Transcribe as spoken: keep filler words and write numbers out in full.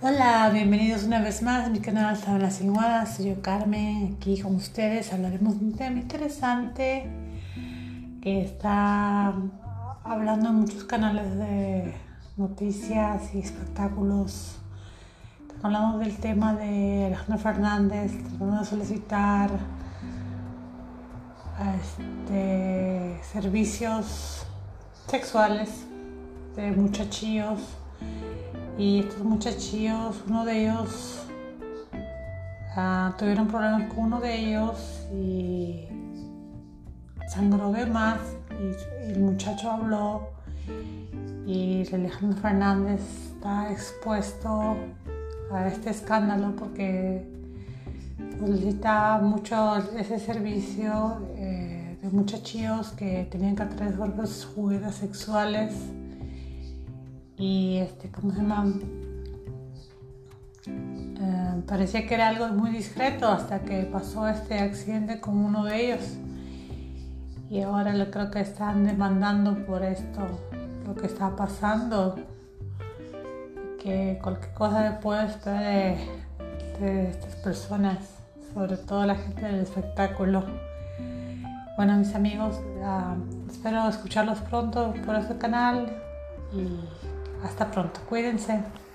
Hola, bienvenidos una vez más a mi canal Sábanas y Almohadas. Soy yo, Carmen, aquí con ustedes. Hablaremos de un tema interesante que está hablando en muchos canales de noticias y espectáculos. Hablamos del tema de Alejandro Fernández tratando de solicitar este, servicios sexuales de muchachillos. Y estos muchachillos, uno de ellos, uh, tuvieron problemas con uno de ellos y sangró de más y, y el muchacho habló y Alejandro Fernández está expuesto a este escándalo porque solicitaba mucho ese servicio eh, de muchachillos que tenían que traer sus juguetes sexuales. Y este, ¿cómo se llama? Eh, parecía que era algo muy discreto hasta que pasó este accidente con uno de ellos. Y ahora yo creo que están demandando por esto, lo que está pasando. Que cualquier cosa después de, de estas personas, sobre todo la gente del espectáculo. Bueno, mis amigos, uh, espero escucharlos pronto por este canal y hasta pronto, cuídense.